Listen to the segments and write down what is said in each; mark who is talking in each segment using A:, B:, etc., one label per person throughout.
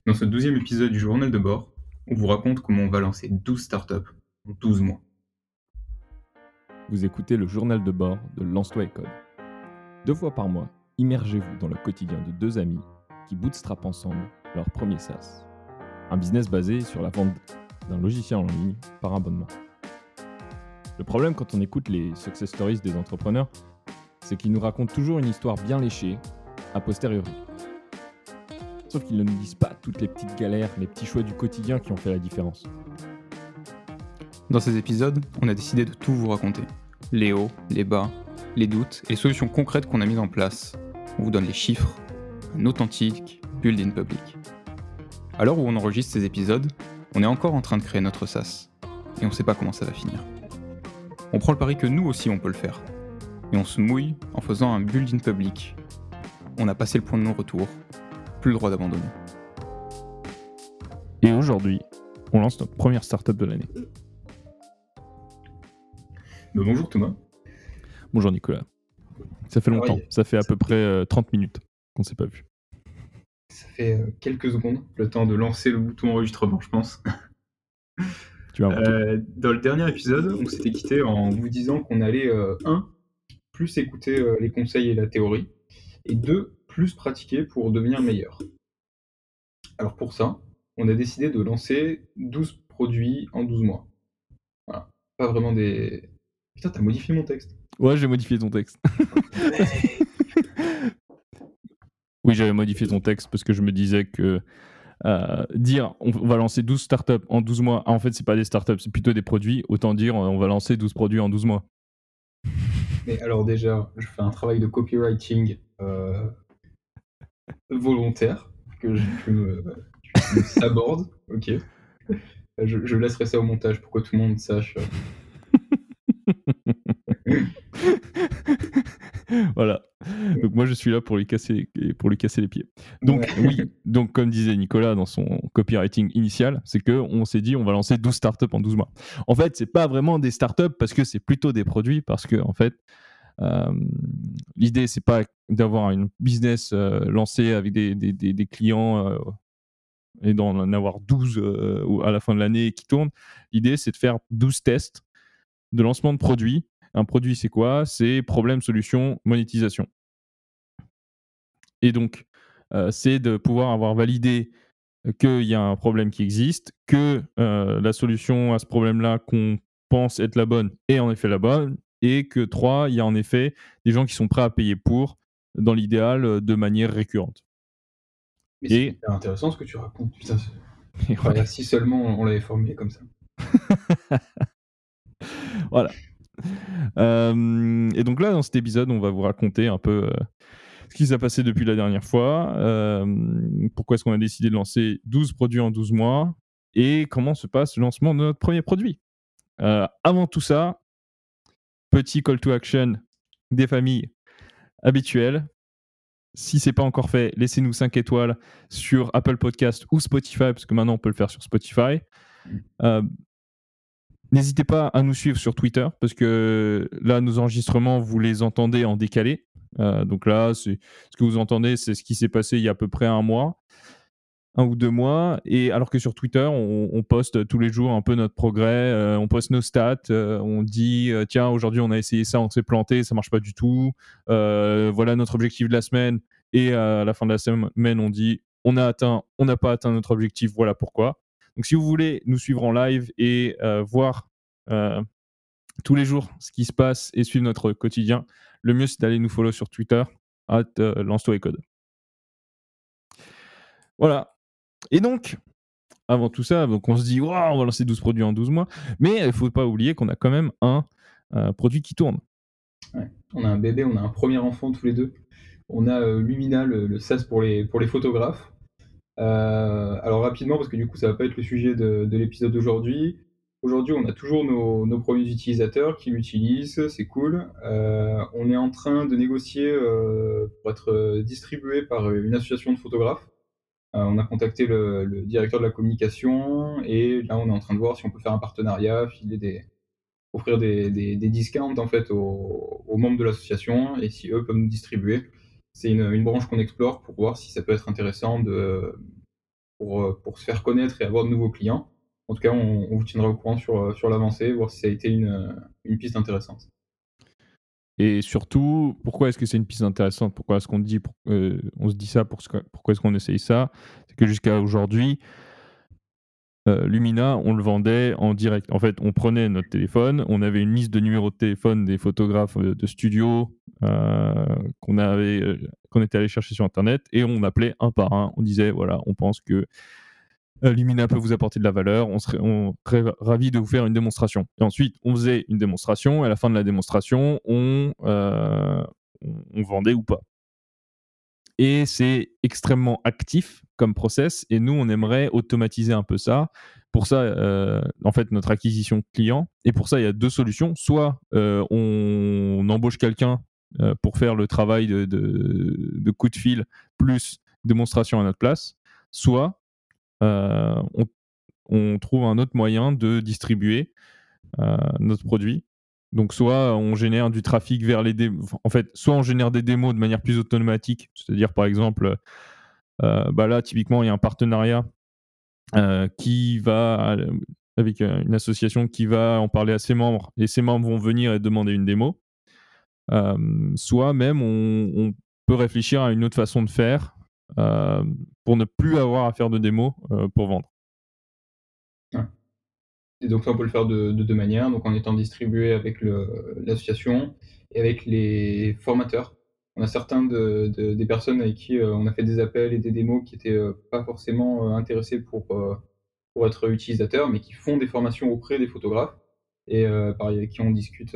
A: Dans ce 12e épisode du journal de bord, on vous raconte comment on va lancer 12 startups en 12 mois.
B: Vous écoutez le journal de bord de Lance-toi et Code. 2 fois par mois, immergez-vous dans le quotidien de 2 amis qui bootstrapent ensemble leur premier SaaS. Un business basé sur la vente d'un logiciel en ligne par abonnement. Le problème quand on écoute les success stories des entrepreneurs, c'est qu'ils nous racontent toujours une histoire bien léchée, a posteriori. Sauf qu'ils ne nous disent pas toutes les petites galères, les petits choix du quotidien qui ont fait la différence.
A: Dans ces épisodes, on a décidé de tout vous raconter. Les hauts, les bas, les doutes et les solutions concrètes qu'on a mises en place. On vous donne les chiffres, un authentique build in public. À l'heure où on enregistre ces épisodes, on est encore en train de créer notre SaaS. Et on ne sait pas comment ça va finir. On prend le pari que nous aussi on peut le faire. Et on se mouille en faisant un build in public. On a passé le point de non-retour, plus le droit d'abandonner.
B: Et aujourd'hui, on lance notre première startup de l'année.
A: Bonjour Thomas.
B: Bonjour Nicolas. Ça fait longtemps, ça fait à peu près 30 minutes qu'on ne s'est pas vu.
A: Ça fait quelques secondes, le temps de lancer le bouton enregistrement, je pense.
B: Tu as inventé.
A: Dans le dernier épisode, on s'était quitté en vous disant qu'on allait, plus écouter les conseils et la théorie, et 2, plus pratiquer pour devenir meilleur. Alors pour ça, on a décidé de lancer 12 produits en 12 mois. Voilà, pas vraiment des... Putain, t'as modifié mon texte.
B: Ouais, j'ai modifié ton texte. Oui, j'avais modifié ton texte parce que je me disais que dire on va lancer 12 startups en 12 mois, en fait, c'est pas des startups, c'est plutôt des produits. Autant dire on va lancer 12 produits en 12 mois.
A: Mais alors déjà, je fais un travail de copywriting volontaire que tu me sabordes, ok. Je laisserai ça au montage pour que tout le monde sache.
B: Voilà. Donc moi je suis là pour lui casser les pieds. Donc
A: Ouais.
B: oui, donc comme disait Nicolas dans son copywriting initial, c'est que on s'est dit on va lancer 12 startups en 12 mois. En fait, c'est pas vraiment des startups parce que c'est plutôt des produits parce que en fait l'idée c'est pas d'avoir une business lancée avec des clients et d'en avoir 12 à la fin de l'année qui tournent. L'idée c'est de faire 12 tests de lancement de produits. Un produit, c'est quoi? C'est problème, solution, monétisation. Et donc, c'est de pouvoir avoir validé qu'il y a un problème qui existe, que la solution à ce problème-là qu'on pense être la bonne est en effet la bonne, et que 3, il y a en effet des gens qui sont prêts à payer pour, dans l'idéal, de manière récurrente.
A: Mais c'est
B: Et,
A: hyper intéressant ce que tu racontes. Putain,
B: et
A: incroyable. Si seulement on l'avait formulé comme ça.
B: voilà. Et donc là, dans cet épisode, on va vous raconter un peu ce qui s'est passé depuis la dernière fois, pourquoi est-ce qu'on a décidé de lancer 12 produits en 12 mois, et comment se passe le lancement de notre premier produit. Avant tout ça, petit call to action des familles habituelles. Si c'est pas encore fait, laissez-nous 5 étoiles sur Apple Podcast ou Spotify, parce que maintenant on peut le faire sur Spotify. N'hésitez pas à nous suivre sur Twitter, parce que là, nos enregistrements, vous les entendez en décalé. Donc là, ce que vous entendez, c'est ce qui s'est passé il y a à peu près 1 ou 2 mois. Et alors que sur Twitter, on poste tous les jours un peu notre progrès, on poste nos stats, on dit tiens, aujourd'hui on a essayé ça, on s'est planté, ça marche pas du tout. Voilà notre objectif de la semaine. Et à la fin de la semaine, on dit on n'a pas atteint notre objectif, voilà pourquoi. Donc si vous voulez nous suivre en live et voir tous les jours ce qui se passe et suivre notre quotidien, le mieux c'est d'aller nous follow sur Twitter, @lance-toi et code. Voilà. Et donc, avant tout ça, donc on se dit waouh, on va lancer 12 produits en 12 mois, mais il ne faut pas oublier qu'on a quand même un produit qui tourne.
A: Ouais. On a un bébé, on a un premier enfant tous les deux. On a Lumina, le SaaS pour les photographes. Alors rapidement, parce que du coup, ça va pas être le sujet de l'épisode d'aujourd'hui. Aujourd'hui, on a toujours nos premiers utilisateurs qui l'utilisent, c'est cool. On est en train de négocier pour être distribué par une association de photographes. On a contacté le directeur de la communication et là, on est en train de voir si on peut faire un partenariat, offrir des discounts en fait aux membres de l'association et si eux peuvent nous distribuer. C'est une branche qu'on explore pour voir si ça peut être intéressant pour se faire connaître et avoir de nouveaux clients. En tout cas, on vous tiendra au courant sur l'avancée, voir si ça a été une piste intéressante.
B: Et surtout, pourquoi est-ce que c'est une piste intéressante? Pourquoi est-ce qu'on dit on se dit ça? Pourquoi est-ce qu'on essaye ça? C'est que jusqu'à aujourd'hui, Lumina, on le vendait en direct. En fait, on prenait notre téléphone, on avait une liste de numéros de téléphone des photographes, de studio, qu'on était allé chercher sur internet et on appelait un par un. On disait: «Voilà, on pense que Lumina peut vous apporter de la valeur, on serait ravis de vous faire une démonstration». Et ensuite, on faisait une démonstration et à la fin de la démonstration, on vendait ou pas. Et c'est extrêmement actif comme process et nous, on aimerait automatiser un peu ça. Pour ça, en fait, notre acquisition client et pour ça, il y a 2 solutions. Soit, on embauche quelqu'un, pour faire le travail de coup de fil plus démonstration à notre place, soit, on trouve un autre moyen de distribuer notre produit. Donc soit on génère du trafic vers les démos, en fait, soit on génère des démos de manière plus automatique, c'est-à-dire par exemple, bah là typiquement il y a un partenariat qui va avec une association qui va en parler à ses membres et ses membres vont venir et demander une démo. Soit même on peut réfléchir à une autre façon de faire pour ne plus avoir à faire de démos pour vendre.
A: Ouais. Et donc ça, on peut le faire de 2 manières, donc en étant distribué avec l'association et avec les formateurs. On a certains des personnes avec qui, on a fait des appels et des démos qui étaient, pas forcément, intéressés pour être utilisateurs, mais qui font des formations auprès des photographes et pareil, avec qui on discute,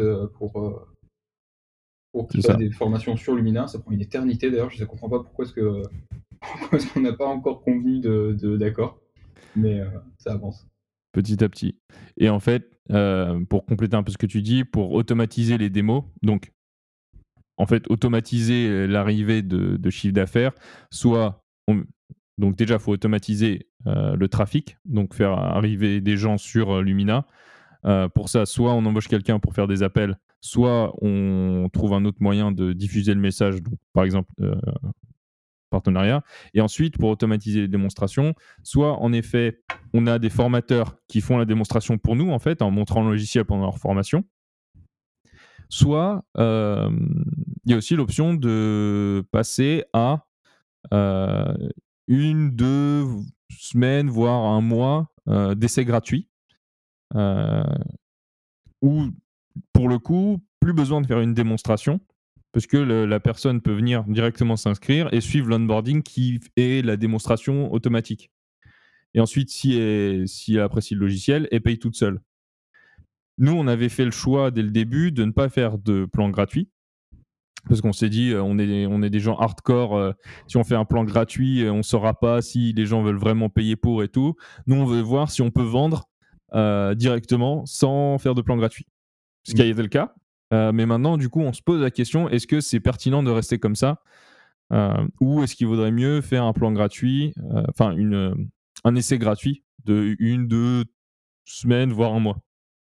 A: pour
B: C'est
A: qu'ils fassent
B: ça.
A: des formations sur Lumina. Ça prend une éternité d'ailleurs, je ne comprends pas pourquoi est-ce qu'on n'a pas encore convenu d'accord, mais ça avance.
B: Petit à petit. Et en fait, pour compléter un peu ce que tu dis, pour automatiser les démos, donc en fait, automatiser l'arrivée de chiffre d'affaires, soit donc déjà, il faut automatiser le trafic, donc faire arriver des gens sur Lumina. Pour ça, soit on embauche quelqu'un pour faire des appels, soit on trouve un autre moyen de diffuser le message, donc par exemple partenariat. Et ensuite, pour automatiser les démonstrations, soit en effet, on a des formateurs qui font la démonstration pour nous, en fait, en montrant le logiciel pendant leur formation. Soit il y a aussi l'option de passer à euh, 1, 2 semaines, voire un mois d'essai gratuit, euh, où pour le coup, plus besoin de faire une démonstration, parce que la personne peut venir directement s'inscrire et suivre l'onboarding qui est la démonstration automatique. Et ensuite, si elle apprécie le logiciel, elle paye toute seule. Nous, on avait fait le choix dès le début de ne pas faire de plan gratuit, parce qu'on s'est dit, on est des gens hardcore, si on fait un plan gratuit, on ne saura pas si les gens veulent vraiment payer pour et tout. Nous, on veut voir si on peut vendre directement sans faire de plan gratuit. Ce qui a
A: Mmh.
B: été le cas. Mais maintenant, du coup, on se pose la question, est-ce que c'est pertinent de rester comme ça ou est-ce qu'il vaudrait mieux faire un plan gratuit, enfin un essai gratuit de 1, 2 semaines, voire un mois.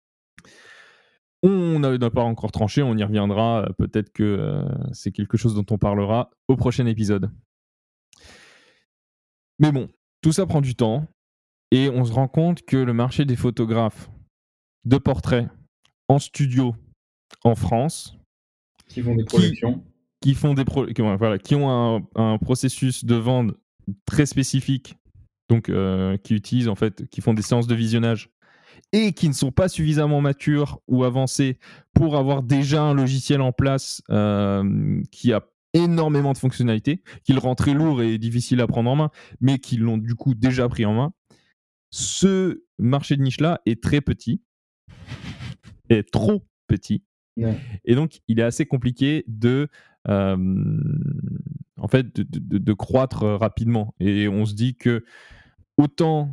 B: On n'a pas encore tranché, on y reviendra. Peut-être que c'est quelque chose dont on parlera au prochain épisode. Mais bon, tout ça prend du temps et on se rend compte que le marché des photographes de portraits en studio en France,
A: Qui font des
B: qui,
A: projections.
B: qui ont un processus de vente très spécifique, donc qui utilisent en fait, qui font des séances de visionnage et qui ne sont pas suffisamment matures ou avancés pour avoir déjà un logiciel en place qui a énormément de fonctionnalités, qui le rend très lourd et difficile à prendre en main, mais qui l'ont du coup déjà pris en main. Ce marché de niche-là est très petit, est trop petit,
A: Ouais.
B: et donc il est assez compliqué euh, en fait, de croître rapidement. Et on se dit que autant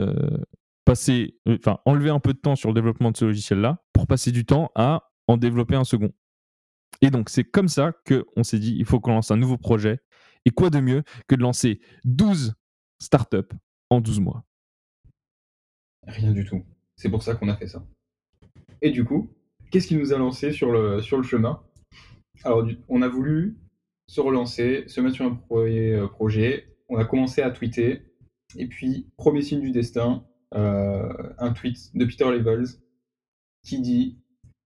B: enlever un peu de temps sur le développement de ce logiciel-là pour passer du temps à en développer un second. Et donc, c'est comme ça qu'on s'est dit, il faut qu'on lance un nouveau projet. Et quoi de mieux que de lancer 12 startups en 12 mois.
A: Rien du tout. C'est pour ça qu'on a fait ça. Et du coup, qu'est-ce qui nous a lancé sur le chemin? Alors on a voulu se relancer, se mettre sur un projet. On a commencé à tweeter, Et puis, premier signe du destin, un tweet de Peter Levels qui dit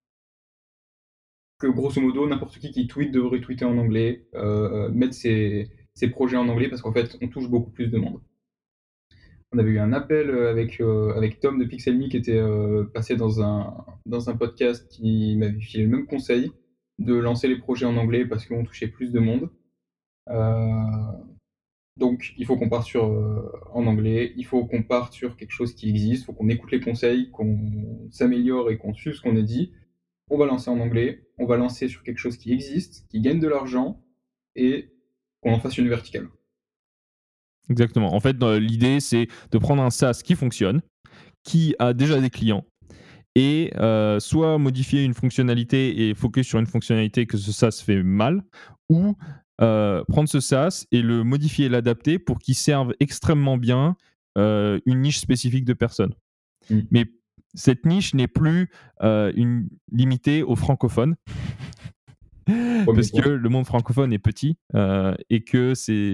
A: que grosso modo, n'importe qui tweet devrait tweeter en anglais, mettre ses projets en anglais parce qu'en fait, on touche beaucoup plus de monde. On avait eu un appel, avec Tom de Pixelme qui était, passé dans un podcast qui m'avait filé le même conseil, de lancer les projets en anglais parce qu'on touchait plus de monde. Heu, donc il faut qu'on parte en anglais, il faut qu'on parte sur quelque chose qui existe, il faut qu'on écoute les conseils, qu'on s'améliore et qu'on suive ce qu'on a dit. On va lancer en anglais, on va lancer sur quelque chose qui existe, qui gagne de l'argent et qu'on en fasse une verticale.
B: Exactement. En fait, l'idée, c'est de prendre un SaaS qui fonctionne, qui a déjà des clients, et soit modifier une fonctionnalité et focus sur une fonctionnalité que ce SaaS fait mal, ou prendre ce SaaS et le modifier et l'adapter pour qu'il serve extrêmement bien une niche spécifique de personnes.
A: Mmh.
B: Mais cette niche n'est plus limitée aux francophones,
A: Premier
B: parce que
A: point.
B: le monde francophone est petit et que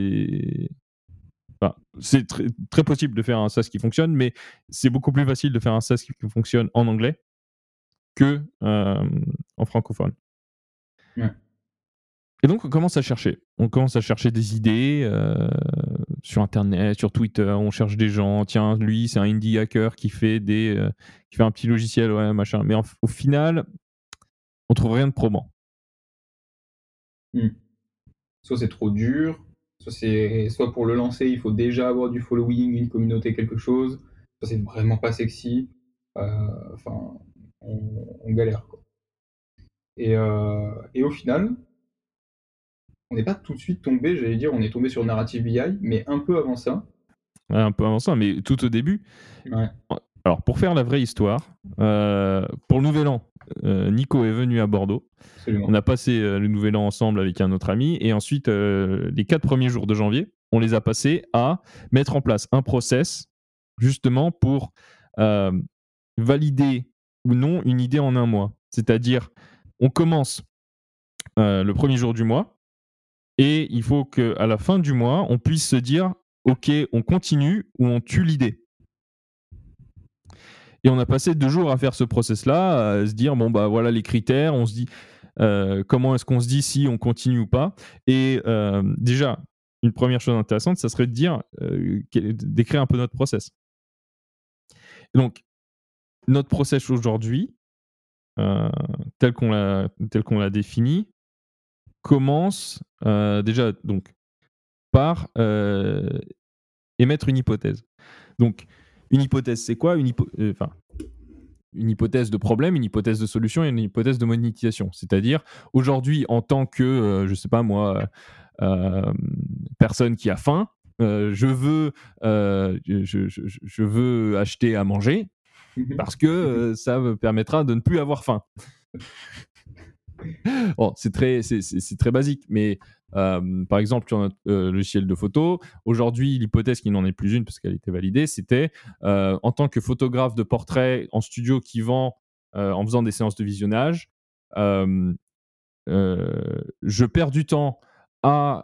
B: c'est très, très possible de faire un SaaS qui fonctionne, mais c'est beaucoup plus facile de faire un SaaS qui fonctionne en anglais que en francophone.
A: Ouais.
B: Et donc, on commence à chercher. On commence à chercher des idées sur Internet, sur Twitter. On cherche des gens. Tiens, lui, c'est un indie hacker qui fait qui fait un petit logiciel, ouais, machin. Mais au final, on trouve rien de probant.
A: Mmh. Soit c'est trop dur, soit pour le lancer, il faut déjà avoir du following, une communauté, quelque chose, soit c'est vraiment pas sexy, heu, enfin, on galère, quoi. Et au final, on n'est pas tout de suite tombé, j'allais dire, on est tombé sur Narrative BI, mais un peu avant ça.
B: Ouais, un peu avant ça, mais tout au début.
A: Ouais,
B: Alors, pour faire la vraie histoire, pour le Nouvel An, Nico est venu à Bordeaux. On
A: absolument.
B: a passé le Nouvel An ensemble avec un autre ami. Et ensuite, les 4 premiers jours de janvier, on les a passés à mettre en place un process, justement pour euh, valider ou non une idée en un mois. C'est-à-dire, on commence le premier jour du mois et il faut qu'à la fin du mois, on puisse se dire, OK, on continue ou on tue l'idée. Et on a passé 2 jours à faire ce process-là, à se dire, bon, bah voilà les critères, on se dit, comment est-ce qu'on se dit si on continue ou pas. Et déjà, une première chose intéressante, ça serait de dire, d'écrire un peu notre process. Donc, notre process aujourd'hui, euh, tel qu'on l'a défini, commence déjà donc par émettre une hypothèse. Donc, une hypothèse, c'est quoi une hypothèse de problème, une hypothèse de solution et une hypothèse de monétisation. C'est-à-dire, aujourd'hui, en tant que, je ne sais pas moi, personne qui a faim, je veux acheter à manger
A: Mmh.
B: parce que ça me permettra de ne plus avoir faim. Bon, c'est très basique, mais par exemple, sur notre logiciel de photo, aujourd'hui, l'hypothèse qui n'en est plus une parce qu'elle était validée, c'était en tant que photographe de portrait en studio qui vend en faisant des séances de visionnage, euh, je perds du temps à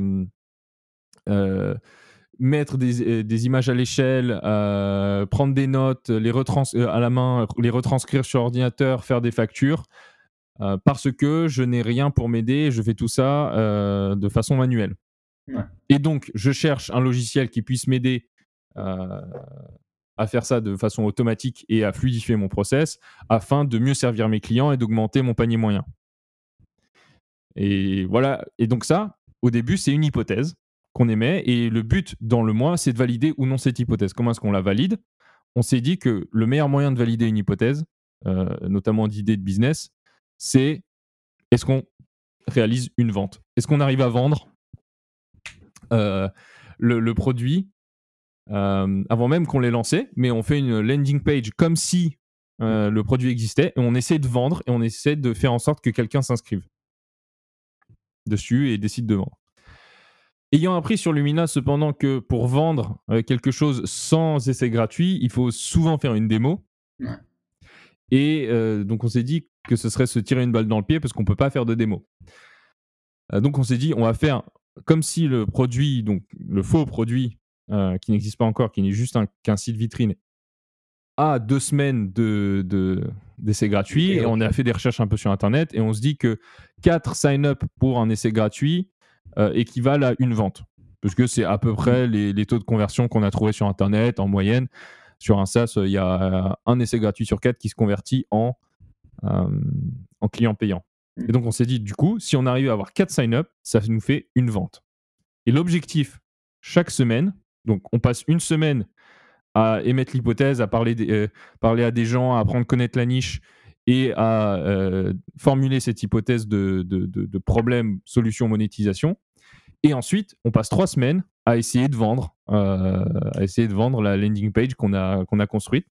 B: euh, mettre des images à l'échelle, prendre des notes, à la main, les retranscrire sur ordinateur, faire des factures, parce que je n'ai rien pour m'aider, je fais tout ça de façon manuelle.
A: Ouais,
B: Et donc, je cherche un logiciel qui puisse m'aider euh, à faire ça de façon automatique et à fluidifier mon process afin de mieux servir mes clients et d'augmenter mon panier moyen. Et voilà. Et donc ça, au début, c'est une hypothèse qu'on émet et le but dans le mois, c'est de valider ou non cette hypothèse. Comment est-ce qu'on la valide? On s'est dit que le meilleur moyen de valider une hypothèse, notamment d'idée de business, c'est est-ce qu'on réalise une vente? Est-ce qu'on arrive à vendre euh, le produit avant même qu'on l'ait lancé, mais on fait une landing page comme si le produit existait et on essaie de vendre et on essaie de faire en sorte que quelqu'un s'inscrive dessus et décide de vendre. Ayant appris sur Lumina cependant que pour vendre quelque chose sans essai gratuit, il faut souvent faire une démo.
A: ouais,
B: Et donc on s'est dit que ce serait se tirer une balle dans le pied parce qu'on ne peut pas faire de démo. Donc on s'est dit, on va faire comme si le produit, donc le faux produit, qui n'existe pas encore, qui n'est juste qu'un site vitrine, à 2 semaines d'essai gratuit. Et on a fait des recherches un peu sur Internet et on se dit que 4 sign-up pour un essai gratuit équivalent à une vente. Parce que c'est à peu près les taux de conversion qu'on a trouvés sur Internet en moyenne. Sur un SaaS, il y a un essai gratuit sur 4 qui se convertit en client payant. Et donc on s'est dit, du coup, si on arrive à avoir 4 sign-up, ça nous fait une vente. Et l'objectif, chaque semaine, donc on passe une semaine à émettre l'hypothèse, à parler à des gens, à apprendre à connaître la niche et à formuler cette hypothèse de problème, solution, monétisation. Et ensuite, on passe 3 semaines à essayer de vendre la landing page qu'on a construite.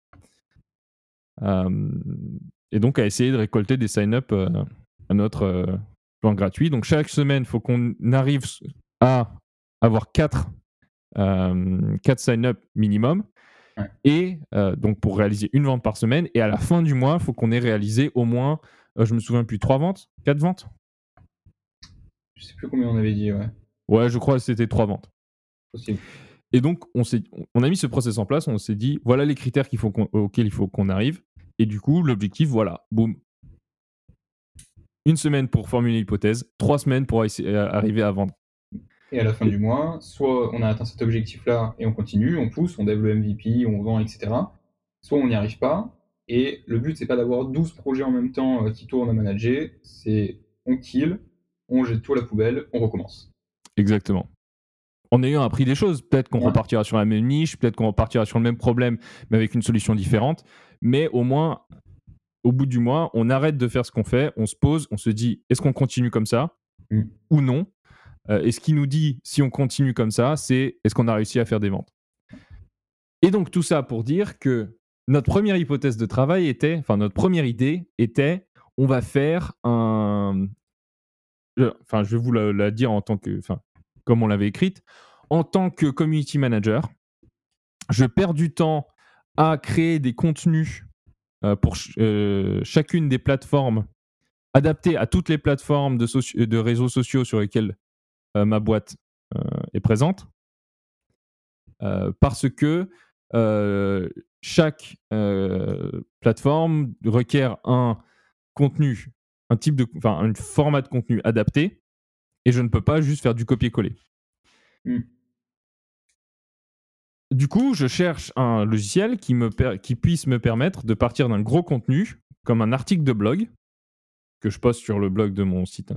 B: Et donc à essayer de récolter des sign-up à notre plan gratuit. Donc chaque semaine, il faut qu'on arrive à avoir 4 sign-up minimum.
A: Ouais.
B: Et donc pour réaliser une vente par semaine. Et à la fin du mois, il faut qu'on ait réalisé au moins, je me souviens plus, 3 ventes, 4 ventes.
A: Je sais plus combien on avait dit, ouais.
B: Ouais, je crois que c'était 3 ventes.
A: Possible.
B: Et donc on a mis ce process en place. On s'est dit, voilà les critères auxquels il faut qu'on arrive. Et du coup, l'objectif, voilà, boum. Une semaine pour formuler l'hypothèse, 3 semaines pour arriver à vendre.
A: Et à la fin du mois, soit on a atteint cet objectif-là et on continue, on pousse, on dev le MVP, on vend, etc. Soit on n'y arrive pas. Et le but, c'est pas d'avoir 12 projets en même temps qui tournent à manager. C'est on kill, on jette tout à la poubelle, on recommence.
B: Exactement. En ayant appris des choses, peut-être qu'on repartira sur la même niche, peut-être qu'on repartira sur le même problème, mais avec une solution différente. Mais au moins, au bout du mois, on arrête de faire ce qu'on fait, on se pose, on se dit, est-ce qu'on continue comme ça ou non? Et ce qui nous dit, si on continue comme ça, c'est est-ce qu'on a réussi à faire des ventes? Et donc tout ça pour dire que notre première hypothèse de travail était, enfin notre première idée était, on va faire un... Enfin, je vais vous la dire en tant que... Enfin, comme on l'avait écrite. En tant que community manager, je perds du temps à créer des contenus pour chacune des plateformes, adaptés à toutes les plateformes de réseaux sociaux sur lesquels ma boîte est présente. Parce que chaque plateforme requiert un contenu, un format de contenu adapté, et je ne peux pas juste faire du copier-coller. Du coup, je cherche un logiciel qui puisse me permettre de partir d'un gros contenu, comme un article de blog, que je poste sur le blog de mon site,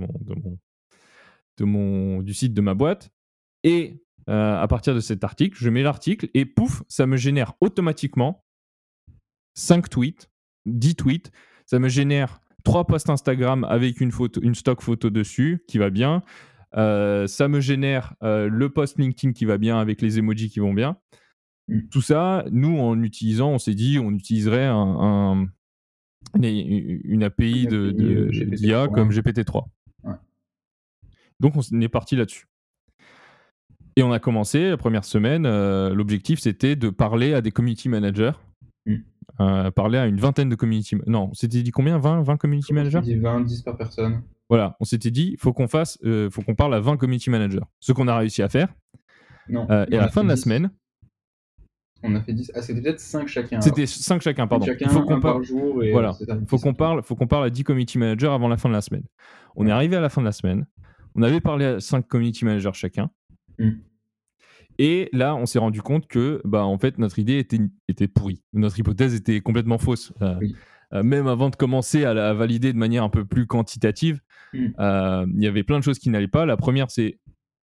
B: du site de ma boîte, et à partir de cet article, je mets l'article et pouf, ça me génère automatiquement 5 tweets, 10 tweets, ça me génère 3 posts Instagram avec une stock photo dessus qui va bien, ça me génère le post LinkedIn qui va bien avec les emojis qui vont bien. Tout ça, nous, on s'est dit, on utiliserait une API d'IA comme GPT-3.
A: Ouais.
B: Donc, on est parti là-dessus. Et on a commencé, la première semaine, l'objectif, c'était de parler à des community managers, parler à une vingtaine de community... Non, on s'était dit combien? 20 community managers?
A: On s'était dit 20, 10 par personne.
B: Voilà, on s'était dit, faut qu'on parle à 20 community managers. Ce qu'on a réussi à faire.
A: Non.
B: Et à la fin de la semaine...
A: On a fait 10. Ah, c'était peut-être 5 chacun.
B: C'était 5 chacun, pardon.
A: Chacun, il faut qu'on par jour. Et
B: voilà. Faut qu'on parle à 10 community managers avant la fin de la semaine. On est arrivé à la fin de la semaine. On avait parlé à 5 community managers chacun. Et là, on s'est rendu compte que, en fait, notre idée était pourrie. Notre hypothèse était complètement fausse. Même avant de commencer à la valider de manière un peu plus quantitative, il y avait plein de choses qui n'allaient pas. La première, c'est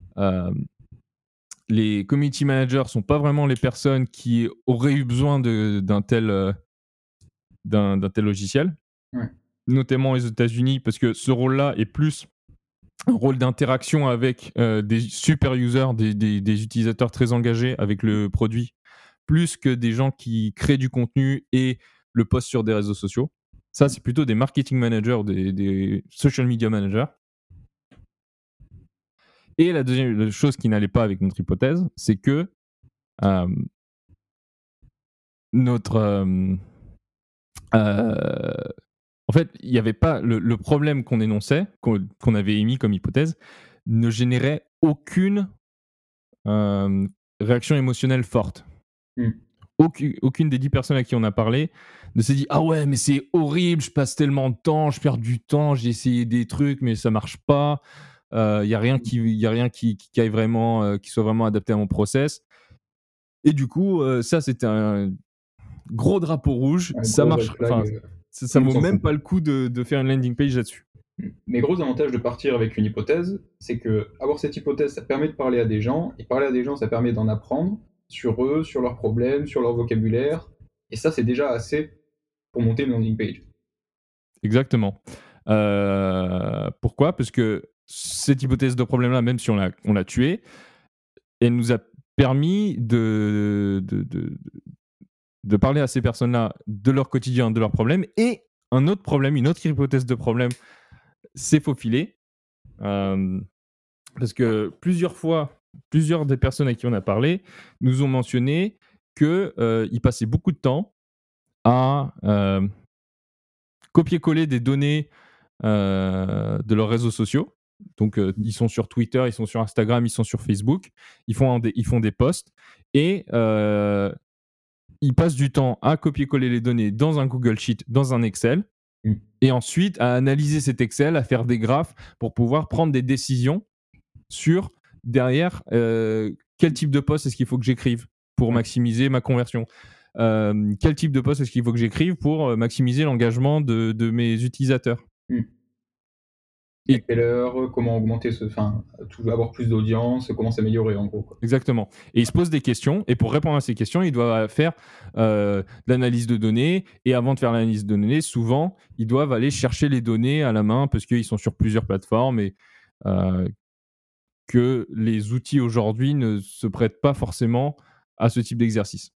B: les community managers sont pas vraiment les personnes qui auraient eu besoin d'un tel logiciel, notamment aux États-Unis, parce que ce rôle-là est plus un rôle d'interaction avec des super users, des utilisateurs très engagés avec le produit, plus que des gens qui créent du contenu et le postent sur des réseaux sociaux. Ça, c'est plutôt des marketing managers ou des social media managers. Et la deuxième chose qui n'allait pas avec notre hypothèse, c'est que en fait, il n'y avait pas le problème qu'on énonçait, qu'on avait émis comme hypothèse, ne générait aucune réaction émotionnelle forte.
A: Mmh.
B: Aucune des 10 personnes à qui on a parlé ne s'est dit: «Ah ouais, mais c'est horrible, je passe tellement de temps, je perds du temps, j'ai essayé des trucs, mais ça marche pas. Il y a rien qui aille vraiment, qui soit vraiment adapté à mon process». Et du coup, ça, c'était un gros drapeau rouge.
A: Un
B: Ça
A: gros red
B: marche,
A: flag,
B: enfin, ça
A: tout le monde
B: vaut
A: s'en
B: même
A: fout,
B: pas
A: quoi.
B: le coup de faire une landing page là-dessus.
A: Mais gros avantage de partir avec une hypothèse, c'est qu'avoir cette hypothèse, ça permet de parler à des gens et parler à des gens, ça permet d'en apprendre sur eux, sur leurs problèmes, sur leur vocabulaire et ça, c'est déjà assez pour monter une landing page.
B: Exactement. Pourquoi? Parce que cette hypothèse de problème-là, même si on l'a tuée, elle nous a permis de parler à ces personnes-là de leur quotidien, de leurs problèmes. Et un autre problème, une autre hypothèse de problème s'est faufilée. Parce que plusieurs fois, plusieurs des personnes à qui on a parlé nous ont mentionné qu'ils passaient beaucoup de temps à copier-coller des données de leurs réseaux sociaux. Donc, ils sont sur Twitter, ils sont sur Instagram, ils sont sur Facebook, ils font des posts et ils passent du temps à copier-coller les données dans un Google Sheet, dans un Excel,
A: Mmh.
B: et ensuite à analyser cet Excel, à faire des graphes pour pouvoir prendre des décisions sur derrière quel type de poste est-ce qu'il faut que j'écrive pour
A: Ouais.
B: maximiser ma conversion. Quel type de poste est-ce qu'il faut que j'écrive pour maximiser l'engagement de mes utilisateurs.
A: Mmh. À
B: Et
A: quelle heure, comment augmenter avoir plus d'audience, comment s'améliorer en gros, quoi.
B: exactement. Et il se pose des questions, et pour répondre à ces questions, il doit faire de l'analyse de données. Et avant de faire l'analyse de données, souvent, ils doivent aller chercher les données à la main parce qu'ils sont sur plusieurs plateformes et euh, que les outils aujourd'hui ne se prêtent pas forcément à ce type d'exercice.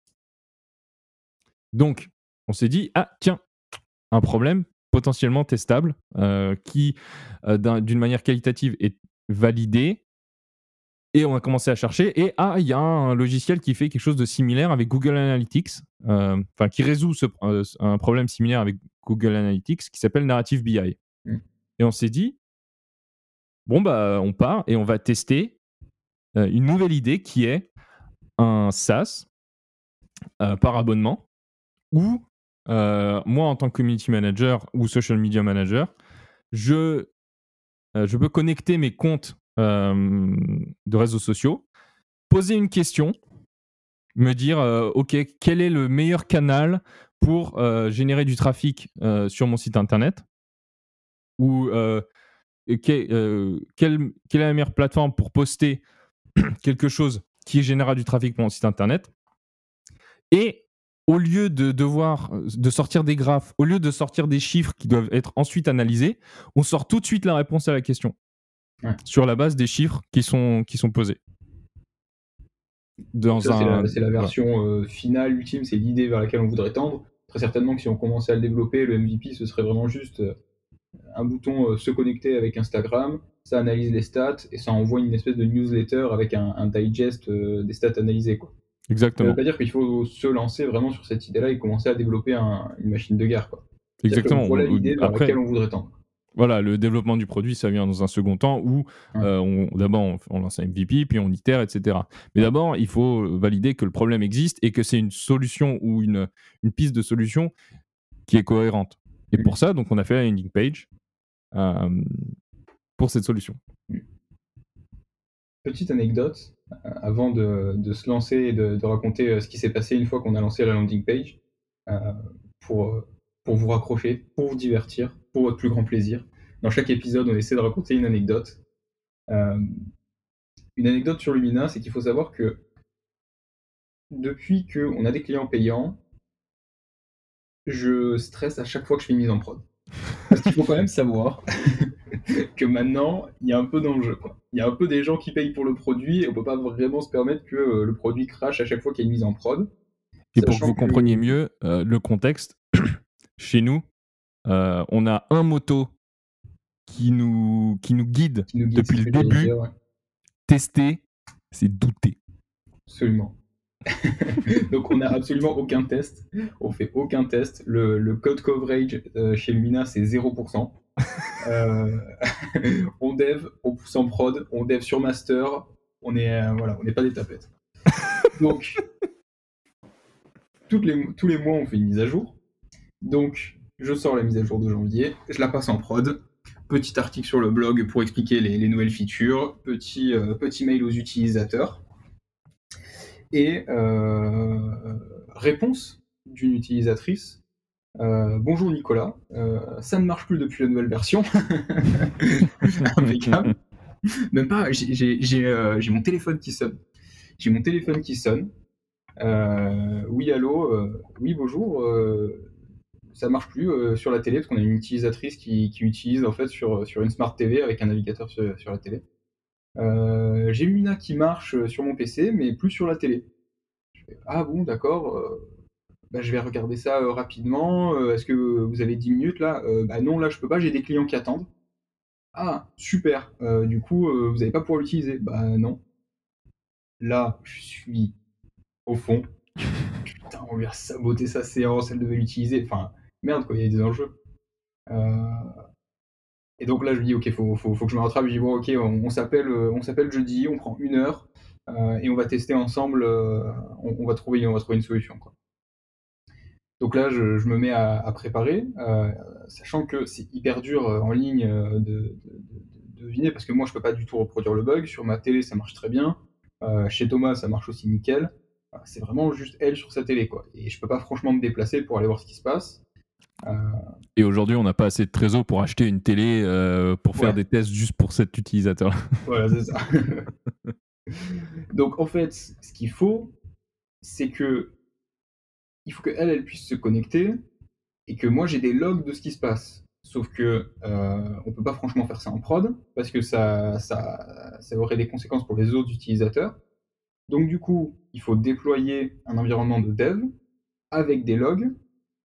B: Donc, on s'est dit, ah tiens, un problème potentiellement testable qui, d'une manière qualitative, est validé. Et on a commencé à chercher. Et il y a un logiciel qui fait quelque chose de similaire avec Google Analytics, enfin qui résout un problème similaire avec Google Analytics qui s'appelle Narrative BI.
A: Mmh.
B: Et on s'est dit, bon, bah, on part et on va tester une nouvelle idée qui est un SaaS par abonnement où moi, en tant que community manager ou social media manager, je peux connecter mes comptes de réseaux sociaux, poser une question, me dire OK, quel est le meilleur canal pour générer du trafic sur mon site internet, ou quelle est la meilleure plateforme pour poster quelque chose qui générera du trafic pour mon site internet. Et au lieu de devoir de sortir des graphes, au lieu de sortir des chiffres qui doivent être ensuite analysés, on sort tout de suite la réponse à la question
A: Ouais.
B: sur la base des chiffres qui sont posés.
A: Donc
B: Dans
A: ça, c'est
B: un
A: la
B: voilà.
A: version, finale, ultime, c'est l'idée vers laquelle on voudrait tendre. Très certainement que si on commençait à le développer, le MVP, ce serait vraiment juste, un bouton, se connecter avec Instagram, ça analyse les stats et ça envoie une espèce de newsletter avec un digest, des stats analysées, quoi. Ça veut
B: Exactement,
A: pas dire qu'il faut se lancer vraiment sur cette idée-là et commencer à développer une machine de guerre, quoi. C'est-à-dire que
B: exactement.
A: voilà l'idée vers
B: Après,
A: laquelle on voudrait tendre.
B: voilà, le développement du produit, ça vient dans un second temps où
A: Ouais.
B: d'abord on lance un MVP, puis on itère, etc. Mais d'abord, il faut valider que le problème existe et que c'est une solution ou une piste de solution qui est cohérente. Et
A: Mmh.
B: pour ça, donc, on a fait la landing page euh, pour cette solution.
A: Mmh. Petite anecdote, avant de se lancer et de raconter, ce qui s'est passé une fois qu'on a lancé la landing page, heu, pour, heu, pour vous raccrocher, pour vous divertir, pour votre plus grand plaisir. Dans chaque épisode, on essaie de raconter une anecdote. Hem, une anecdote sur Lumina, c'est qu'il faut savoir que depuis qu'on a des clients payants, je stresse à chaque fois que je fais une mise en prod. Parce qu'il faut quand même savoir que maintenant, il y a un peu d'enjeu, quoi. Il y a un peu des gens qui payent pour le produit et on peut pas vraiment se permettre que, le produit crache à chaque fois qu'il y a une mise en prod.
B: Et pour que
A: Sachant
B: vous
A: que
B: compreniez mieux le contexte, chez nous, on a un moto qui nous guide
A: qui nous guide, c'est
B: depuis
A: ce
B: le
A: que j'allais
B: début.
A: dire, ouais,
B: Tester, c'est douter.
A: absolument. Donc on a absolument aucun test, on fait aucun test. Le code coverage, chez Lumina, c'est 0. Heu, on dev, on pousse en prod, on dev sur master, voilà, on n'est pas des tapettes. Donc, tous les mois, on fait une mise à jour. Donc, je sors la mise à jour de janvier, je la passe en prod. Petit article sur le blog pour expliquer les nouvelles features, petit mail aux utilisateurs. Et réponse d'une utilisatrice. Bonjour Nicolas, ça ne marche plus depuis la nouvelle version. Impeccable. Même pas, j'ai mon téléphone qui sonne. J'ai mon téléphone qui sonne. Oui, allô, oui, bonjour. Ça marche plus sur la télé parce qu'on a une utilisatrice qui utilise en fait sur une Smart TV avec un navigateur sur la télé. J'ai Luna qui marche sur mon PC, mais plus sur la télé. Je fais, ah bon, d'accord. Bah, je vais regarder ça rapidement. Est-ce que vous avez 10 minutes là? Bah non, là je peux pas, j'ai des clients qui attendent. Ah, super. Du coup, vous n'allez pas pouvoir l'utiliser? Bah non. Là, je suis au fond. Je fais, putain, on lui a saboté sa séance, elle devait l'utiliser. Enfin, merde quoi, il y a des enjeux. Euh, Et donc là, je me dis: «OK, faut que je me rattrape». Je dis: «Bon, OK, on s'appelle jeudi, on prend 1 heure, et on va tester ensemble, on va trouver une solution, quoi». Donc là, je me mets à préparer, sachant que c'est hyper dur, en ligne, de deviner parce que moi, je peux pas du tout reproduire le bug. Sur ma télé, ça marche très bien, chez Thomas, ça marche aussi nickel. C'est vraiment juste elle sur sa télé, quoi, et je peux pas franchement me déplacer pour aller voir ce qui se passe. Heu,
B: Et aujourd'hui, on n'a pas assez de trésor pour acheter une télé pour faire
A: ouais,
B: des tests juste pour cet utilisateur.
A: voilà, c'est ça. Donc en fait, ce qu'il faut, c'est que il faut qu'elle, elle puisse se connecter et que moi j'ai des logs de ce qui se passe. Sauf que, on peut pas franchement faire ça en prod parce que ça aurait des conséquences pour les autres utilisateurs. Donc du coup, il faut déployer un environnement de dev avec des logs,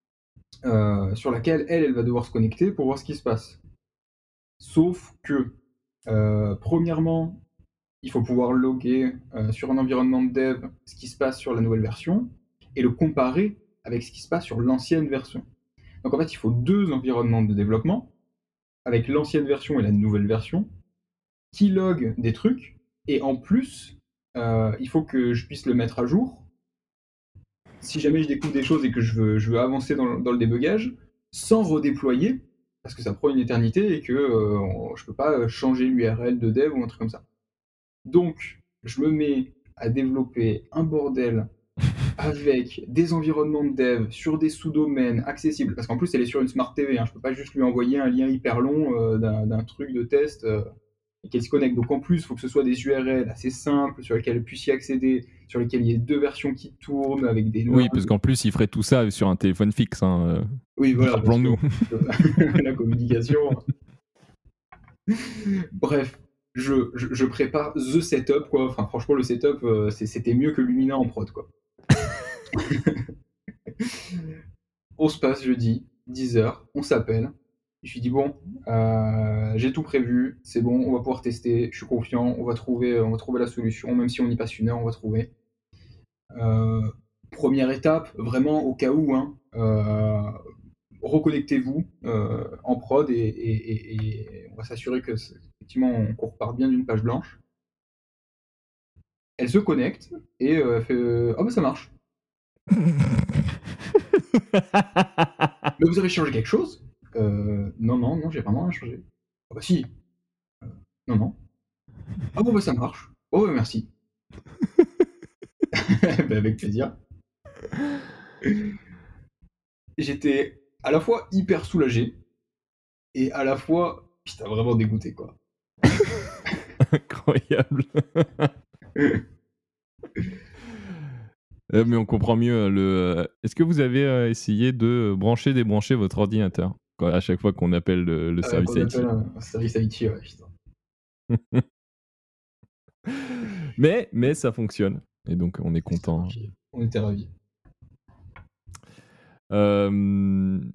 A: sur laquelle elle, elle va devoir se connecter pour voir ce qui se passe. Sauf que, premièrement, il faut pouvoir loguer, sur un environnement de dev ce qui se passe sur la nouvelle version et le comparer avec ce qui se passe sur l'ancienne version. Donc en fait, il faut 2 environnements de développement, avec l'ancienne version et la nouvelle version, qui loguent des trucs et en plus, il faut que je puisse le mettre à jour. Si jamais je découvre des choses et que je veux avancer dans le débugage, sans redéployer, parce que ça prend une éternité et que, je peux pas, changer l'URL de dev ou un truc comme ça. Donc je me mets à développer un bordel avec des environnements de dev sur des sous-domaines accessibles, parce qu'en plus elle est sur une Smart TV, hein, je peux pas juste lui envoyer un lien hyper long d'un truc de test et qu'elle se connecte. Donc en plus, il faut que ce soit des URL assez simples sur lesquelles elle puisse y accéder, sur lesquelles il y ait 2 versions qui tournent avec des
B: Oui, parce
A: logs.
B: qu'en plus, il ferait tout ça sur un téléphone fixe. Hein,
A: Oui, voilà, parce que
B: rappelons-nous.
A: la communication. Bref, je prépare the setup, quoi. Enfin, franchement, le setup, c'était mieux que Lumina en prod, quoi. On se passe jeudi, 10 heures, on s'appelle. Je lui dis: «Bon, j'ai tout prévu, c'est bon, on va pouvoir tester, je suis confiant, on va trouver la solution, même si on y passe 1 heure, on va trouver». Heu, 1re étape, vraiment au cas où, hein, reconnectez-vous, en prod et on va s'assurer que effectivement, qu'on repart bien d'une page blanche. Elle se connecte et elle fait: «Ah bah ça marche». «Mais vous avez changé quelque chose?» Non, non, non, j'ai vraiment rien changé». «Ah bah si». «Non, non». «Ah bon bah ça marche». «Oh bah merci». Bah avec plaisir. J'étais à la fois hyper soulagé et à la fois, putain, vraiment dégoûté, quoi.
B: Incroyable. Mais on comprend mieux Est-ce que vous avez essayé de brancher, débrancher votre ordinateur à chaque fois qu'on appelle le service
A: Qu'on appelle
B: IT?
A: un service IT, ouais, putain.
B: Mais ça fonctionne et donc on est
A: C'était
B: content.
A: ravis. On était ravis.
B: Hem,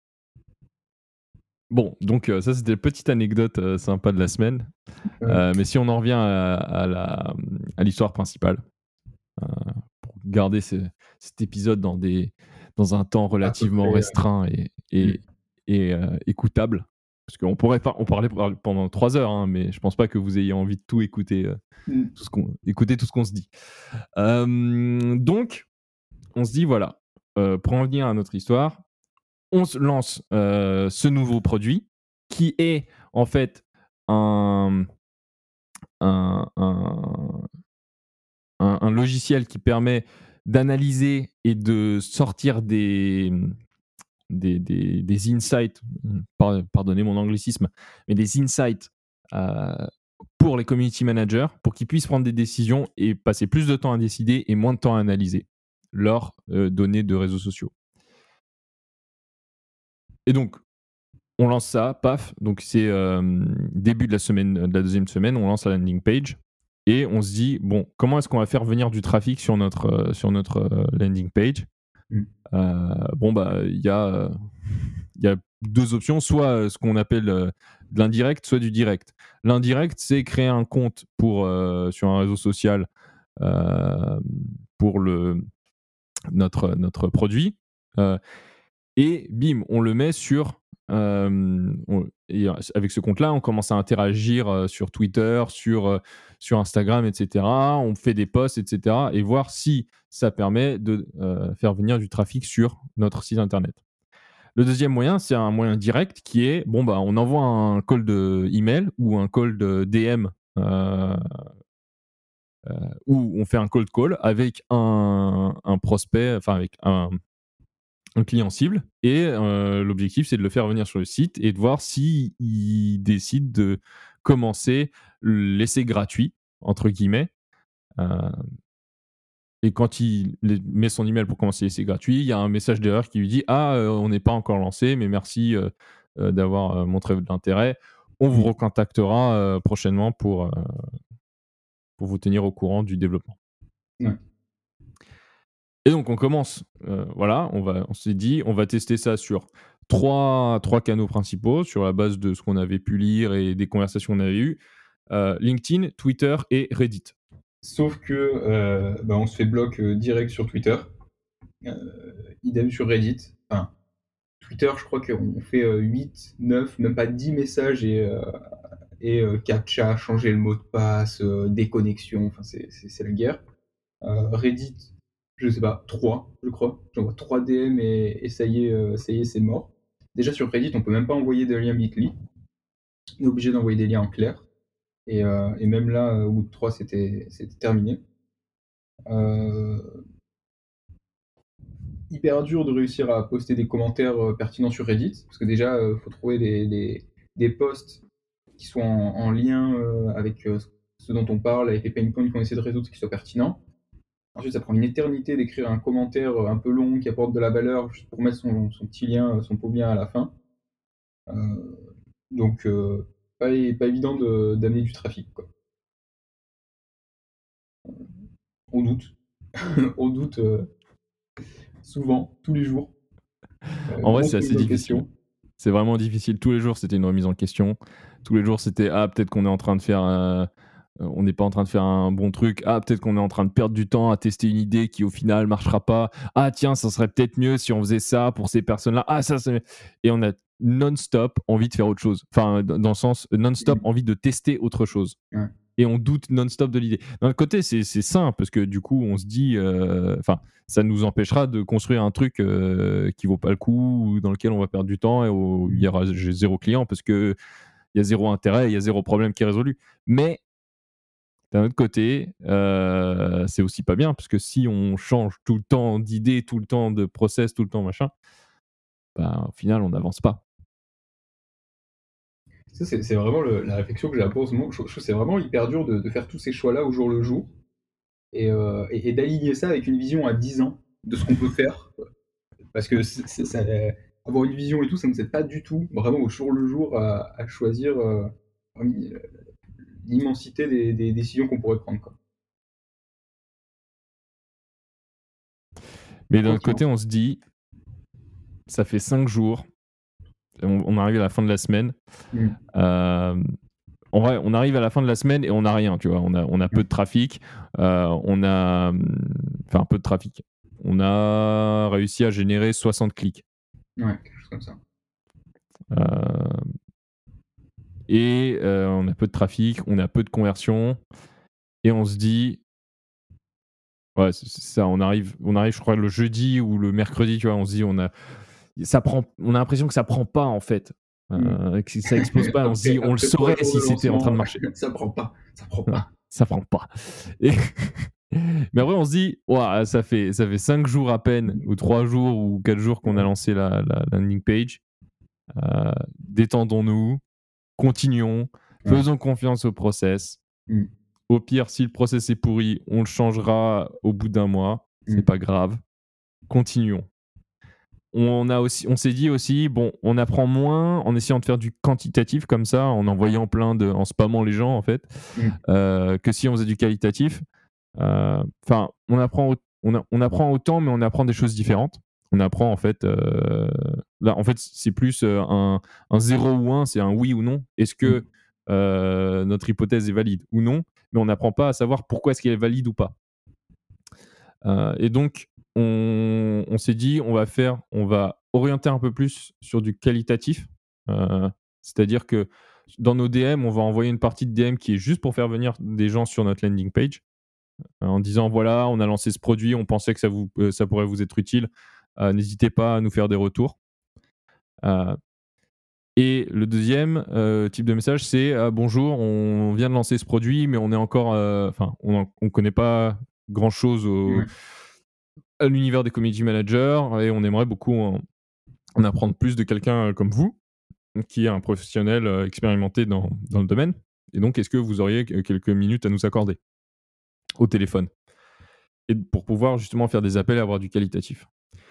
B: bon, donc ça c'était la petite anecdote sympa de la semaine.
A: Ouais,
B: Mais si on en revient à l'histoire principale, heu, pour garder cet épisode dans un temps
A: à peu
B: relativement
A: près,
B: restreint
A: mmh,
B: et écoutable. parce qu'on pourrait on parlait pendant 3 heures, hein, mais je pense pas que vous ayez envie de tout écouter,
A: Mmh.
B: écouter tout ce qu'on se dit. Donc, on se dit voilà, pour en venir à notre histoire, on se lance ce nouveau produit qui est en fait un, un, un, un logiciel qui permet d'analyser et de sortir des insights, pardonnez mon anglicisme, mais des insights euh, pour les community managers, pour qu'ils puissent prendre des décisions et passer plus de temps à décider et moins de temps à analyser leurs données de réseaux sociaux. Et donc, on lance ça, paf, donc c'est début de la deuxième semaine, on lance la landing page et on se dit, bon, comment est-ce qu'on va faire venir du trafic sur notre landing page?
A: Mmh.
B: Bon, bah, il y a 2 options, soit ce qu'on appelle de l'indirect, soit du direct. L'indirect, c'est créer un compte sur un réseau social pour notre produit. Et bim, on le met sur. Et avec ce compte-là, on commence à interagir sur Twitter, sur Instagram, etc. On fait des posts, etc. Et voir si ça permet de faire venir du trafic sur notre site internet. Le deuxième moyen, c'est un moyen direct qui est bon, bah, on envoie un call de email ou un call de DM où on fait un cold call avec un prospect, enfin avec un client cible et l'objectif c'est de le faire venir sur le site et de voir s'il décide de commencer l'essai gratuit entre guillemets. Euh, et quand il met son email pour commencer l'essai gratuit, il y a un message d'erreur qui lui dit on n'est pas encore lancé mais merci d'avoir montré de l'intérêt, on vous
A: Mmh.
B: recontactera prochainement pour vous tenir au courant du développement.
A: Ouais.
B: Et donc on commence, voilà, on s'est dit, on va tester ça sur trois canaux principaux, sur la base de ce qu'on avait pu lire et des conversations qu'on avait eues, LinkedIn, Twitter et Reddit.
A: Sauf que, bah, on se fait bloc, direct sur Twitter, idem sur Reddit. Enfin, Twitter, je crois qu'on fait, 8, 9, même pas 10 messages et captcha, changer le mot de passe, déconnexion, enfin c'est la guerre. Reddit, je sais pas, 3, je crois. J'envoie 3 DM et ça y est, c'est mort. Déjà sur Reddit, on peut même pas envoyer de liens Bitly. On est obligé d'envoyer des liens en clair et même là, au bout de 3, c'était terminé. Heu, Hyper dur de réussir à poster des commentaires, pertinents sur Reddit parce que déjà, faut trouver des posts qui soient en lien, avec, ce dont on parle, avec les pain points qu'on essaie de résoudre, qui soient pertinents. Ensuite, ça prend une éternité d'écrire un commentaire, un peu long qui apporte de la valeur juste pour mettre son petit lien, son beau lien à la fin. Heu, donc pas évident d'amener du trafic, quoi. On doute, on doute, souvent, tous les jours.
B: En vrai,
A: Grosse
B: c'est assez
A: remise en
B: difficile.
A: question.
B: C'est vraiment difficile. Tous les jours, c'était une remise en question. Tous les jours, c'était peut-être qu'on est en train de faire on n'est pas en train de faire un bon truc. Peut-être qu'on est en train de perdre du temps à tester une idée qui au final marchera pas. Tiens, ça serait peut-être mieux si on faisait ça pour ces personnes-là. Ça c'est... Et on a non-stop envie de faire autre chose. Enfin, dans le sens non-stop
A: Mmh.
B: envie de tester autre chose.
A: Ouais.
B: Et on doute non-stop de l'idée. D'un autre côté, c'est simple parce que du coup, on se dit, enfin, ça nous empêchera de construire un truc qui vaut pas le coup, ou dans lequel on va perdre du temps et où il y aura zéro client parce que il y a zéro intérêt, il y a zéro problème qui est résolu. Mais d'un autre côté, c'est aussi pas bien parce que si on change tout le temps d'idées, tout le temps de process, tout le temps machin, bah, au final, on n'avance pas.
A: Ça, c'est vraiment la réflexion que j'ai un peu en ce moment. Je trouve que c'est vraiment hyper dur de faire tous ces choix-là au jour le jour et d'aligner ça avec une vision à 10 ans de ce qu'on peut faire. Parce que c'est ça avoir une vision et tout, ça ne nous aide pas du tout, vraiment au jour le jour à choisir, parmi, l'immensité des décisions qu'on pourrait prendre, quoi.
B: Mais d'un autre
A: Tranquillement.
B: côté, on se dit, ça fait 5 jours, on arrive à la fin de la semaine.
A: Mmh.
B: Euh, En vrai, on arrive à la fin de la semaine et on n'a rien, tu vois. On a peu
A: Ouais.
B: de trafic. Enfin, peu de trafic. On a réussi à générer 60 clics.
A: Ouais, quelque chose comme ça.
B: Euh, et on a peu de trafic, on a peu de conversions, et on se dit, ouais, c'est ça, on arrive, je crois, le jeudi ou le mercredi, tu vois, on se dit, on a l'impression que ça prend pas, en fait,
A: Mmh.
B: que ça explose pas, on se dit, on le
A: Après 3
B: saurait
A: jours
B: si
A: de
B: c'était en train de
A: lancement,
B: marcher.
A: ça prend pas, ça prend
B: Voilà,
A: pas.
B: ça prend pas. Et mais après, on se dit, ouah, ça fait 5 jours à peine, ou 3 jours ou 4 jours qu'on a
A: Ouais.
B: lancé la landing page. Détendons-nous, continuons,
A: Ouais.
B: faisons confiance au process.
A: Mmh.
B: Au pire, si le process est pourri, on le changera au bout d'un mois, c'est
A: Mmh.
B: pas grave. Continuons. On s'est dit aussi, bon, on apprend moins en essayant de faire du quantitatif comme ça, en envoyant en spammant les gens, en fait,
A: Mmh.
B: que si on faisait du qualitatif. Enfin, on apprend autant, mais on apprend des choses différentes. On apprend, en fait, là, en fait, c'est plus un 0 ou 1, c'est un oui ou non. Est-ce
A: Mmh.
B: que notre hypothèse est valide ou non? Mais on n'apprend pas à savoir pourquoi est-ce qu'elle est valide ou pas. Et donc, on s'est dit, on va orienter un peu plus sur du qualitatif. Euh, C'est-à-dire que dans nos DM, on va envoyer une partie de DM qui est juste pour faire venir des gens sur notre landing page, en disant, voilà, on a lancé ce produit, on pensait que ça pourrait vous être utile. N'hésitez pas à nous faire des retours. Euh, et le deuxième type de message, c'est, bonjour, on vient de lancer ce produit, mais on est encore, enfin, on connaît pas grand chose
A: Ouais.
B: à l'univers des community managers, et on aimerait beaucoup en apprendre plus de quelqu'un comme vous, qui est un professionnel expérimenté dans le domaine. Et donc, est-ce que vous auriez quelques minutes à nous accorder au téléphone, et pour pouvoir justement faire des appels et avoir du qualitatif?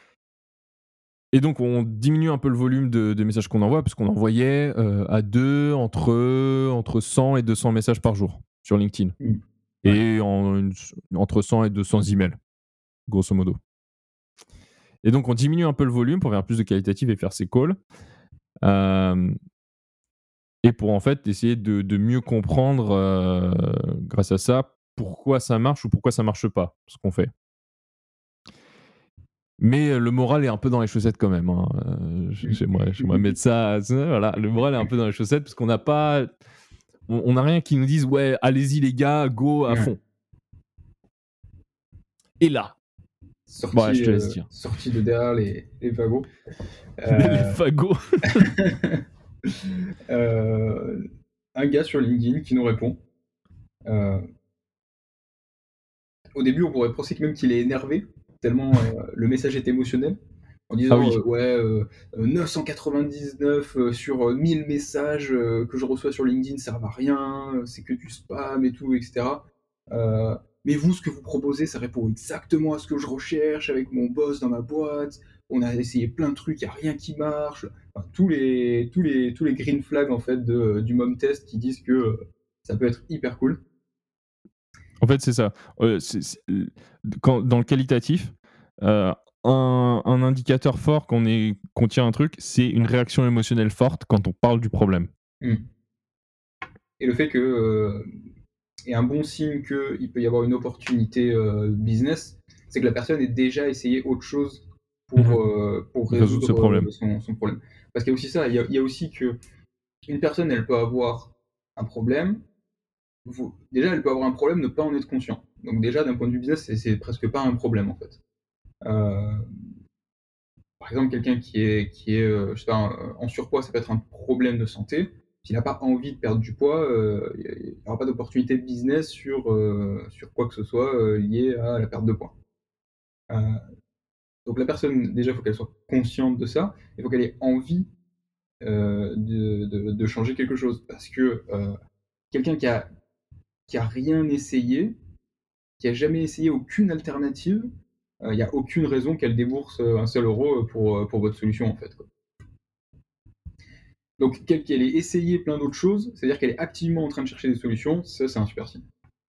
B: Et donc, on diminue un peu le volume de messages qu'on envoie, parce qu'on envoyait à deux entre 100 et 200 messages par jour sur LinkedIn,
A: Mmh. Ouais.
B: et entre 100 et 200 emails, grosso modo. Et donc, on diminue un peu le volume pour faire plus de qualitatif et faire ces calls. Euh, et pour, en fait, essayer de mieux comprendre, grâce à ça, pourquoi ça marche ou pourquoi ça marche pas, ce qu'on fait. Mais le moral est un peu dans les chaussettes quand même, hein. J'aimerais mettre ça, voilà, le moral est un peu dans les chaussettes, parce qu'on n'a pas, on n'a rien qui nous dise, ouais, allez-y les gars, go à
A: Ouais.
B: fond. Et là, ouais, je te laisse dire.
A: Sorti de derrière les fagots.
B: Les
A: Heu,
B: fagots.
A: un gars sur LinkedIn qui nous répond. Heu, Au début, on pourrait penser que même qu'il est énervé, tellement, le message est émotionnel, en
B: Ah
A: disant,
B: oui.
A: «Ouais, 999 sur 1000 messages, que je reçois sur LinkedIn servent à rien, c'est que du spam et tout et cetera. Heu, mais vous, ce que vous proposez, ça répond exactement à ce que je recherche avec mon boss dans ma boîte. On a essayé plein de trucs, il y a rien qui marche». Enfin, tous les green flags, en fait, du mom test qui disent que, ça peut être hyper cool.
B: En fait, c'est ça. Dans le qualitatif, euh, un indicateur fort qu'on tient un truc, c'est une réaction émotionnelle forte quand on parle du problème.
A: Mmh. Et le fait que, et un bon signe qu'il peut y avoir une opportunité, business, c'est que la personne ait déjà essayé autre chose
B: Mhm.
A: pour
B: Résoudre ce
A: résoudre,
B: problème.
A: son problème. Parce qu'il y a aussi ça, il y a aussi qu'une personne, elle peut avoir un problème, déjà, elle peut avoir un problème, ne pas en être conscient. Donc déjà, d'un point de vue business, c'est presque pas un problème, en fait. Heu, Par exemple, quelqu'un qui est, je sais pas, en surpoids, ça peut être un problème de santé. S'il n'a pas envie de perdre du poids, il n'y aura pas d'opportunité de business sur quoi que ce soit, lié à la perte de poids. Heu, donc la personne, déjà, il faut qu'elle soit consciente de ça. Il faut qu'elle ait envie, de changer quelque chose. Parce que, quelqu'un qui a rien essayé, qui a jamais essayé aucune alternative, il y a aucune raison qu'elle débourse, un seul euro, pour votre solution, en fait, quoi. Donc qu'elle ait essayé plein d'autres choses, c'est-à-dire qu'elle est activement en train de chercher des solutions, ça, c'est un super signe.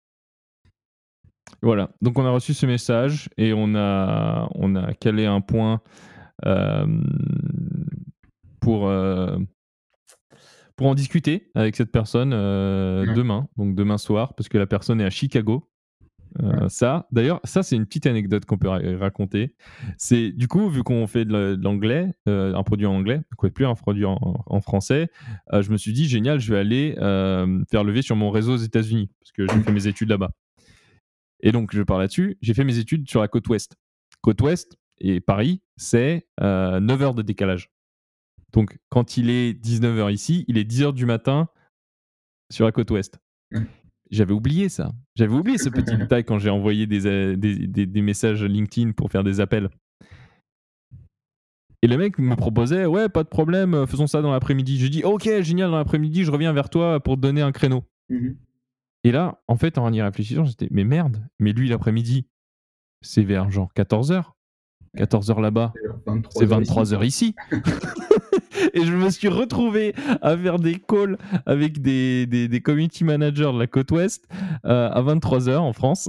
B: Voilà. Donc, on a reçu ce message et on a calé un point, euh, pour, euh, pour en discuter avec cette personne
A: Ouais.
B: demain, donc demain soir, parce que la personne est à Chicago. D'ailleurs, ça, c'est une petite anecdote qu'on peut raconter. C'est du coup, vu qu'on fait de l'anglais, un produit en anglais, qu'on fait plus un produit en français, je me suis dit génial, je vais aller faire lever sur mon réseau aux États-Unis parce que j'ai fait mes études là-bas. Et donc, je pars là-dessus. J'ai fait mes études sur la côte ouest. Côte ouest et Paris, c'est 9 heures de décalage. Donc, quand il est 19 heures ici, il est 10 heures du matin sur la côte ouest.
A: Ouais.
B: J'avais oublié ça. J'avais oublié ce petit détail quand j'ai envoyé des messages LinkedIn pour faire des appels. Et le mec me proposait, ouais, pas de problème, faisons ça dans l'après-midi. Je dis, ok, génial, dans l'après-midi, je reviens vers toi pour te donner un créneau.
A: Mmh.
B: Et là, en fait, en y réfléchissant, j'étais, mais merde, mais lui, l'après-midi, c'est vers genre 14h. 14h là-bas, c'est 23h ici. Et je me suis retrouvé à faire des calls avec des community managers de la côte ouest à 23h en France.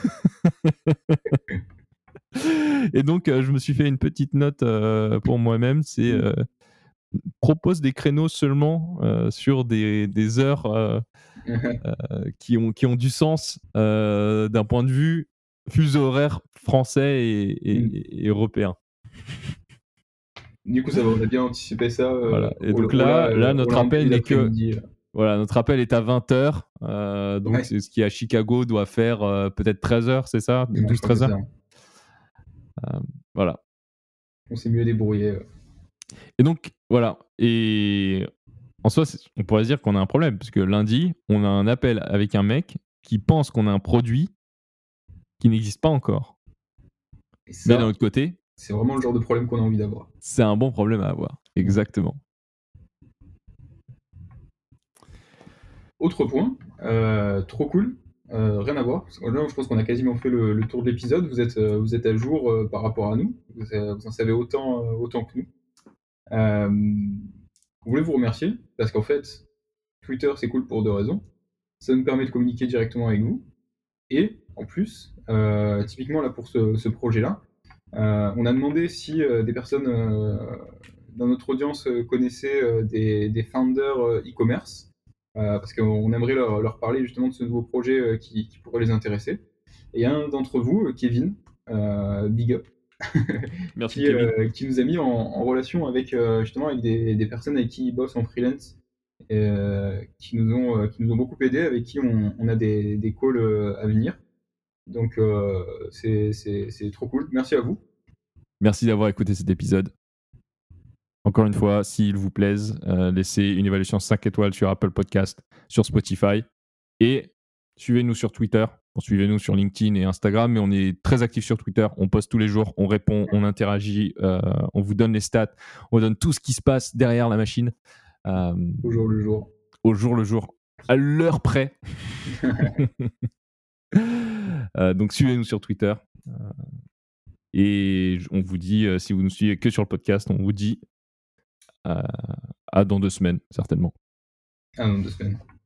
B: Et donc, je me suis fait une petite note pour moi-même, c'est propose des créneaux seulement sur des heures qui ont du sens d'un point de vue fuseau horaire français et européen.
A: Du coup, ça va, on a bien anticipé ça,
B: Voilà. Et donc
A: on l'a,
B: là,
A: on
B: notre
A: l'a
B: appel
A: encalé
B: n'est que
A: l'après-midi.
B: voilà, notre appel est à 20h. Donc,
A: Ouais.
B: c'est ce qui à Chicago doit faire peut-être 13h, c'est ça
A: Ouais, je crois que
B: 12-13
A: c'est
B: heures.
A: ça.
B: Voilà.
A: On s'est mieux débrouillé.
B: Et donc, voilà. Et en soi, on pourrait se dire qu'on a un problème, parce que lundi, on a un appel avec un mec qui pense qu'on a un produit qui n'existe pas encore.
A: Et
B: Mais d'un
A: ça,
B: autre côté,
A: c'est vraiment le genre de problème qu'on a envie d'avoir.
B: c'est un bon problème à avoir. Exactement.
A: Autre point, trop cool, rien à voir, parce que là, je pense qu'on a quasiment fait le tour de l'épisode. Vous êtes à jour, par rapport à nous. Vous en savez autant que nous. Je voulais vous remercier parce qu'en fait, Twitter, c'est cool pour 2 raisons. Ça nous permet de communiquer directement avec vous et en plus, typiquement là pour ce projet-là, on a demandé si, des personnes, dans notre audience, connaissaient, des founders, e-commerce, parce qu'on aimerait leur parler justement de ce nouveau projet, qui pourrait les intéresser. Et un d'entre vous, Kevin, big up,
B: Merci, Kevin.
A: qui nous a mis en relation avec, justement avec des personnes avec qui il bosse en freelance, qui nous ont beaucoup aidés, avec qui on a des calls, à venir. Donc, c'est trop cool. Merci à vous.
B: Merci d'avoir écouté cet épisode. Encore une fois, s'il vous plaise, laissez une évaluation 5 étoiles sur Apple Podcast, sur Spotify. Et suivez-nous sur Twitter. Suivez-nous sur LinkedIn et Instagram, mais on est très actifs sur Twitter. On poste tous les jours, on répond, on interagit, on vous donne les stats, on donne tout ce qui se passe derrière la machine.
A: Au jour le jour.
B: Au jour le jour, à l'heure près. Donc suivez-nous sur Twitter. Et on vous dit, si vous nous suivez que sur le podcast, on vous dit à dans 2 semaines, certainement.
A: Ah non, 2 semaines.